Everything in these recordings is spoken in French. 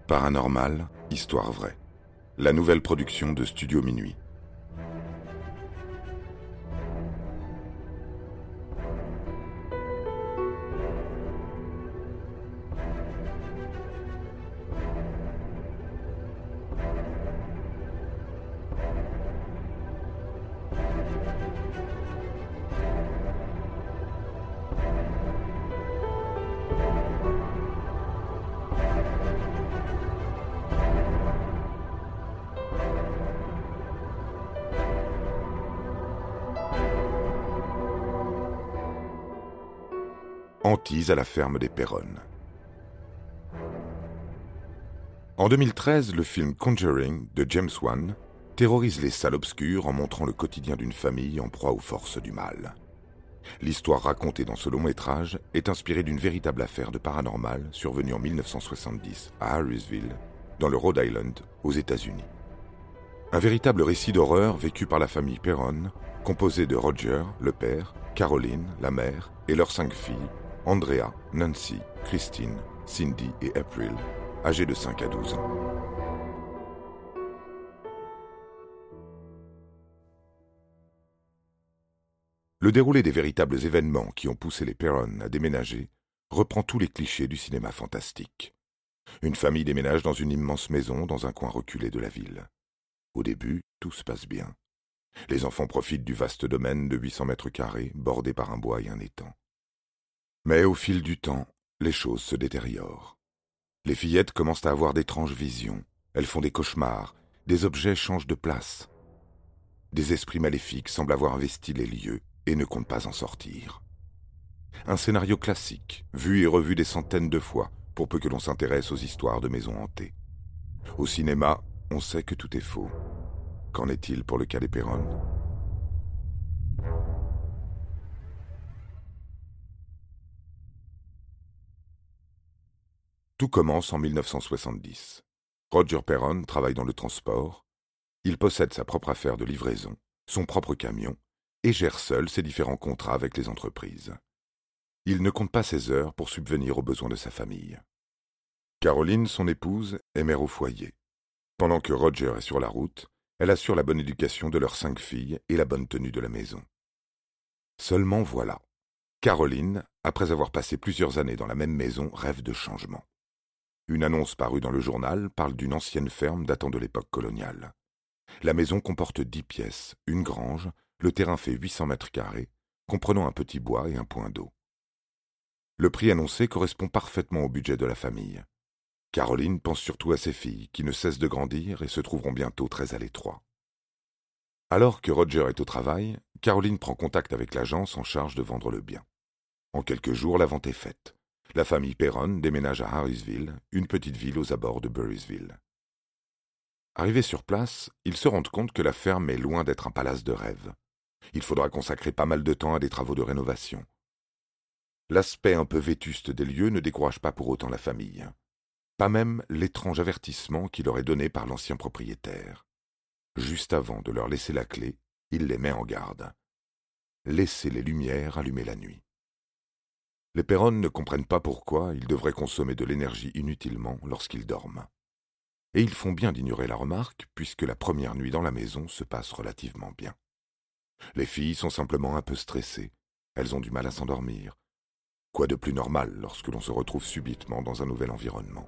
Paranormal, histoire vraie. La nouvelle production de Studio Minuit. Hantise à la ferme des Perronnes. En 2013, le film Conjuring de James Wan terrorise les salles obscures en montrant le quotidien d'une famille en proie aux forces du mal. L'histoire racontée dans ce long métrage est inspirée d'une véritable affaire de paranormal survenue en 1970 à Harrisville, dans le Rhode Island, aux États-Unis. Un véritable récit d'horreur vécu par la famille Perron, composée de Roger, le père, Caroline, la mère, et leurs 5 filles, Andrea, Nancy, Christine, Cindy et April, âgées de 5 à 12 ans. Le déroulé des véritables événements qui ont poussé les Perron à déménager reprend tous les clichés du cinéma fantastique. Une famille déménage dans une immense maison dans un coin reculé de la ville. Au début, tout se passe bien. Les enfants profitent du vaste domaine de 800 mètres carrés, bordé par un bois et un étang. Mais au fil du temps, les choses se détériorent. Les fillettes commencent à avoir d'étranges visions. Elles font des cauchemars, des objets changent de place. Des esprits maléfiques semblent avoir investi les lieux et ne comptent pas en sortir. Un scénario classique, vu et revu des centaines de fois, pour peu que l'on s'intéresse aux histoires de maisons hantées. Au cinéma, on sait que tout est faux. Qu'en est-il pour le cas des Perron ? Tout commence en 1970. Roger Perron travaille dans le transport. Il possède sa propre affaire de livraison, son propre camion, et gère seul ses différents contrats avec les entreprises. Il ne compte pas ses heures pour subvenir aux besoins de sa famille. Caroline, son épouse, est mère au foyer. Pendant que Roger est sur la route, elle assure la bonne éducation de leurs 5 filles et la bonne tenue de la maison. Seulement voilà, Caroline, après avoir passé plusieurs années dans la même maison, rêve de changement. Une annonce parue dans le journal parle d'une ancienne ferme datant de l'époque coloniale. La maison comporte 10 pièces, une grange, le terrain fait 800 mètres carrés, comprenant un petit bois et un point d'eau. Le prix annoncé correspond parfaitement au budget de la famille. Caroline pense surtout à ses filles, qui ne cessent de grandir et se trouveront bientôt très à l'étroit. Alors que Roger est au travail, Caroline prend contact avec l'agence en charge de vendre le bien. En quelques jours, la vente est faite. La famille Perron déménage à Harrisville, une petite ville aux abords de Burrysville. Arrivés sur place, ils se rendent compte que la ferme est loin d'être un palace de rêve. Il faudra consacrer pas mal de temps à des travaux de rénovation. L'aspect un peu vétuste des lieux ne décourage pas pour autant la famille. Pas même l'étrange avertissement qu'il leur est donné par l'ancien propriétaire. Juste avant de leur laisser la clé, il les met en garde. Laissez les lumières allumées la nuit. Les Perron ne comprennent pas pourquoi ils devraient consommer de l'énergie inutilement lorsqu'ils dorment. Et ils font bien d'ignorer la remarque, puisque la première nuit dans la maison se passe relativement bien. Les filles sont simplement un peu stressées, elles ont du mal à s'endormir. Quoi de plus normal lorsque l'on se retrouve subitement dans un nouvel environnement.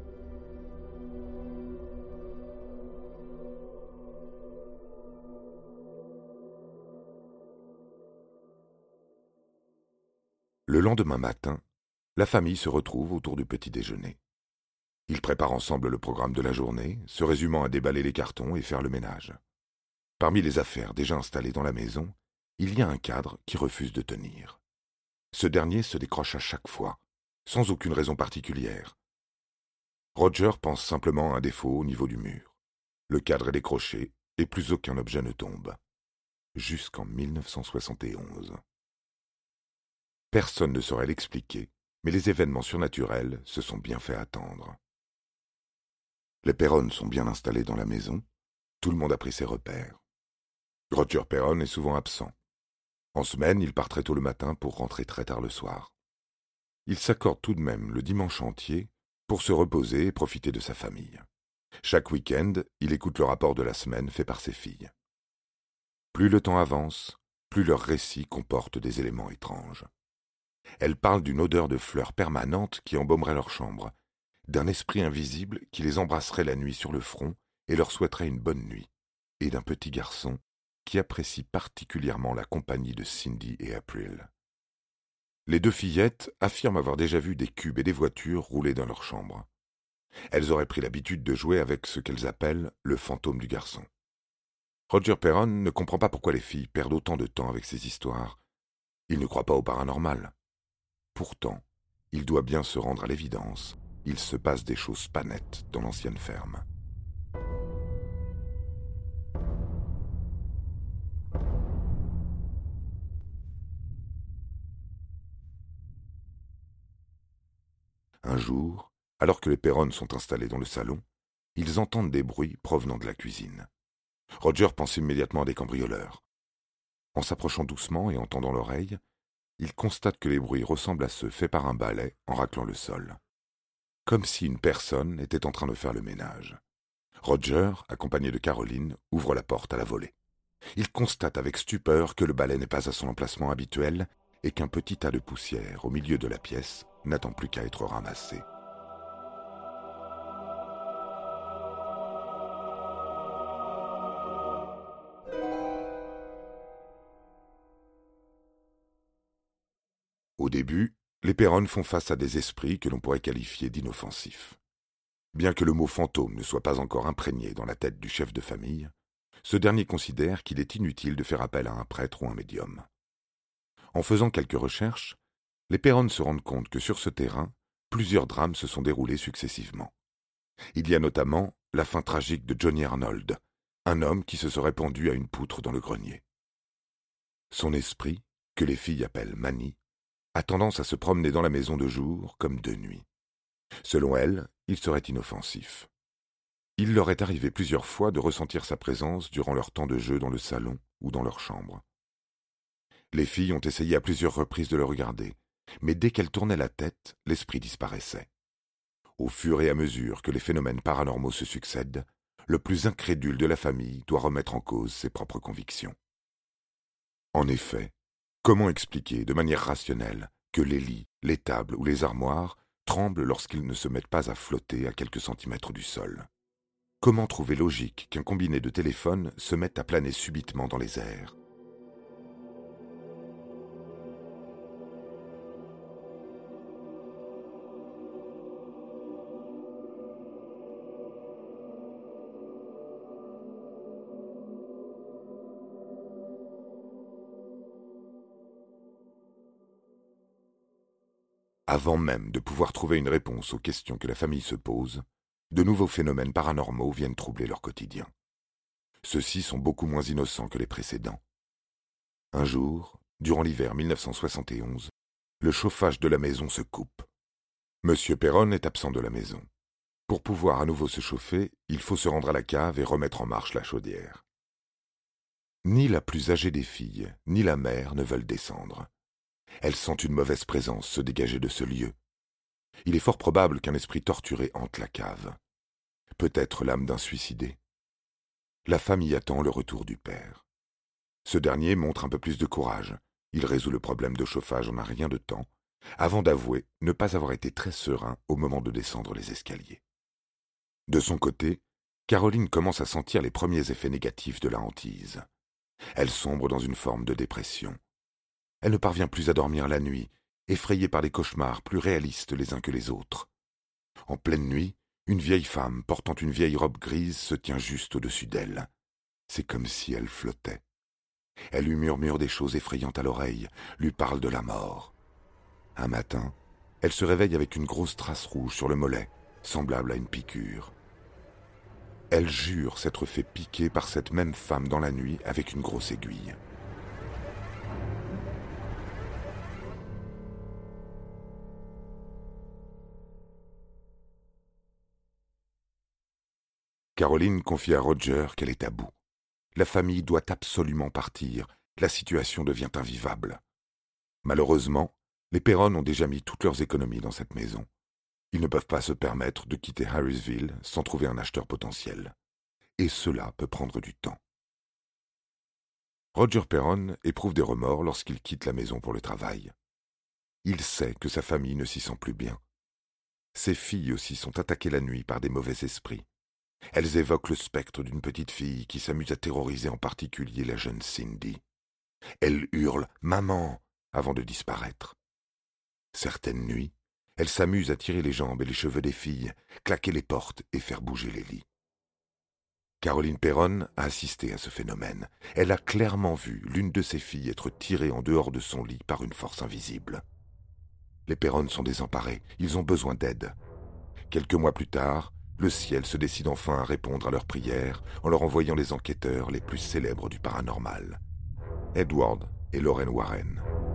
Le lendemain matin, la famille se retrouve autour du petit déjeuner. Ils préparent ensemble le programme de la journée, se résumant à déballer les cartons et faire le ménage. Parmi les affaires déjà installées dans la maison, il y a un cadre qui refuse de tenir. Ce dernier se décroche à chaque fois, sans aucune raison particulière. Roger pense simplement à un défaut au niveau du mur. Le cadre est décroché et plus aucun objet ne tombe. Jusqu'en 1971. Personne ne saurait l'expliquer, mais les événements surnaturels se sont bien fait attendre. Les Perron sont bien installés dans la maison, tout le monde a pris ses repères. Roger Perron est souvent absent. En semaine, il part très tôt le matin pour rentrer très tard le soir. Il s'accorde tout de même le dimanche entier pour se reposer et profiter de sa famille. Chaque week-end, il écoute le rapport de la semaine fait par ses filles. Plus le temps avance, plus leurs récits comportent des éléments étranges. Elles parlent d'une odeur de fleurs permanente qui embaumerait leur chambre, d'un esprit invisible qui les embrasserait la nuit sur le front et leur souhaiterait une bonne nuit, et d'un petit garçon qui apprécie particulièrement la compagnie de Cindy et April. Les deux fillettes affirment avoir déjà vu des cubes et des voitures rouler dans leur chambre. Elles auraient pris l'habitude de jouer avec ce qu'elles appellent le fantôme du garçon. Roger Perron ne comprend pas pourquoi les filles perdent autant de temps avec ces histoires. Il ne croit pas au paranormal. Pourtant, il doit bien se rendre à l'évidence. Il se passe des choses pas nettes dans l'ancienne ferme. Un jour, alors que les Perron sont installés dans le salon, ils entendent des bruits provenant de la cuisine. Roger pense immédiatement à des cambrioleurs. En s'approchant doucement et en tendant l'oreille, il constate que les bruits ressemblent à ceux faits par un balai en raclant le sol. Comme si une personne était en train de faire le ménage. Roger, accompagné de Caroline, ouvre la porte à la volée. Il constate avec stupeur que le balai n'est pas à son emplacement habituel et qu'un petit tas de poussière au milieu de la pièce n'attend plus qu'à être ramassé. Au début, les Perron font face à des esprits que l'on pourrait qualifier d'inoffensifs. Bien que le mot fantôme ne soit pas encore imprégné dans la tête du chef de famille, ce dernier considère qu'il est inutile de faire appel à un prêtre ou un médium. En faisant quelques recherches, les Perron se rendent compte que sur ce terrain, plusieurs drames se sont déroulés successivement. Il y a notamment la fin tragique de Johnny Arnold, un homme qui se serait pendu à une poutre dans le grenier. Son esprit, que les filles appellent Manny, a tendance à se promener dans la maison de jour comme de nuit. Selon elle, il serait inoffensif. Il leur est arrivé plusieurs fois de ressentir sa présence durant leur temps de jeu dans le salon ou dans leur chambre. Les filles ont essayé à plusieurs reprises de le regarder, mais dès qu'elles tournaient la tête, l'esprit disparaissait. Au fur et à mesure que les phénomènes paranormaux se succèdent, le plus incrédule de la famille doit remettre en cause ses propres convictions. En effet, comment expliquer de manière rationnelle que les lits, les tables ou les armoires tremblent lorsqu'ils ne se mettent pas à flotter à quelques centimètres du sol? Comment trouver logique qu'un combiné de téléphones se mette à planer subitement dans les airs? Avant même de pouvoir trouver une réponse aux questions que la famille se pose, de nouveaux phénomènes paranormaux viennent troubler leur quotidien. Ceux-ci sont beaucoup moins innocents que les précédents. Un jour, durant l'hiver 1971, le chauffage de la maison se coupe. Monsieur Perron est absent de la maison. Pour pouvoir à nouveau se chauffer, il faut se rendre à la cave et remettre en marche la chaudière. Ni la plus âgée des filles, ni la mère ne veulent descendre. Elles sentent une mauvaise présence se dégager de ce lieu. Il est fort probable qu'un esprit torturé hante la cave. Peut-être l'âme d'un suicidé. La famille attend le retour du père. Ce dernier montre un peu plus de courage. Il résout le problème de chauffage en un rien de temps, avant d'avouer ne pas avoir été très serein au moment de descendre les escaliers. De son côté, Caroline commence à sentir les premiers effets négatifs de la hantise. Elle sombre dans une forme de dépression. Elle ne parvient plus à dormir la nuit, effrayée par des cauchemars plus réalistes les uns que les autres. En pleine nuit, une vieille femme portant une vieille robe grise se tient juste au-dessus d'elle. C'est comme si elle flottait. Elle lui murmure des choses effrayantes à l'oreille, lui parle de la mort. Un matin, elle se réveille avec une grosse trace rouge sur le mollet, semblable à une piqûre. Elle jure s'être fait piquer par cette même femme dans la nuit avec une grosse aiguille. Caroline confie à Roger qu'elle est à bout. La famille doit absolument partir, la situation devient invivable. Malheureusement, les Perron ont déjà mis toutes leurs économies dans cette maison. Ils ne peuvent pas se permettre de quitter Harrisville sans trouver un acheteur potentiel. Et cela peut prendre du temps. Roger Perron éprouve des remords lorsqu'il quitte la maison pour le travail. Il sait que sa famille ne s'y sent plus bien. Ses filles aussi sont attaquées la nuit par des mauvais esprits. Elles évoquent le spectre d'une petite fille qui s'amuse à terroriser en particulier la jeune Cindy. Elle hurle « Maman !» avant de disparaître. Certaines nuits, elle s'amuse à tirer les jambes et les cheveux des filles, claquer les portes et faire bouger les lits. Caroline Perron a assisté à ce phénomène. Elle a clairement vu l'une de ses filles être tirée en dehors de son lit par une force invisible. Les Perron sont désemparés, ils ont besoin d'aide. Quelques mois plus tard, le ciel se décide enfin à répondre à leurs prières en leur envoyant les enquêteurs les plus célèbres du paranormal, Edward et Lorraine Warren.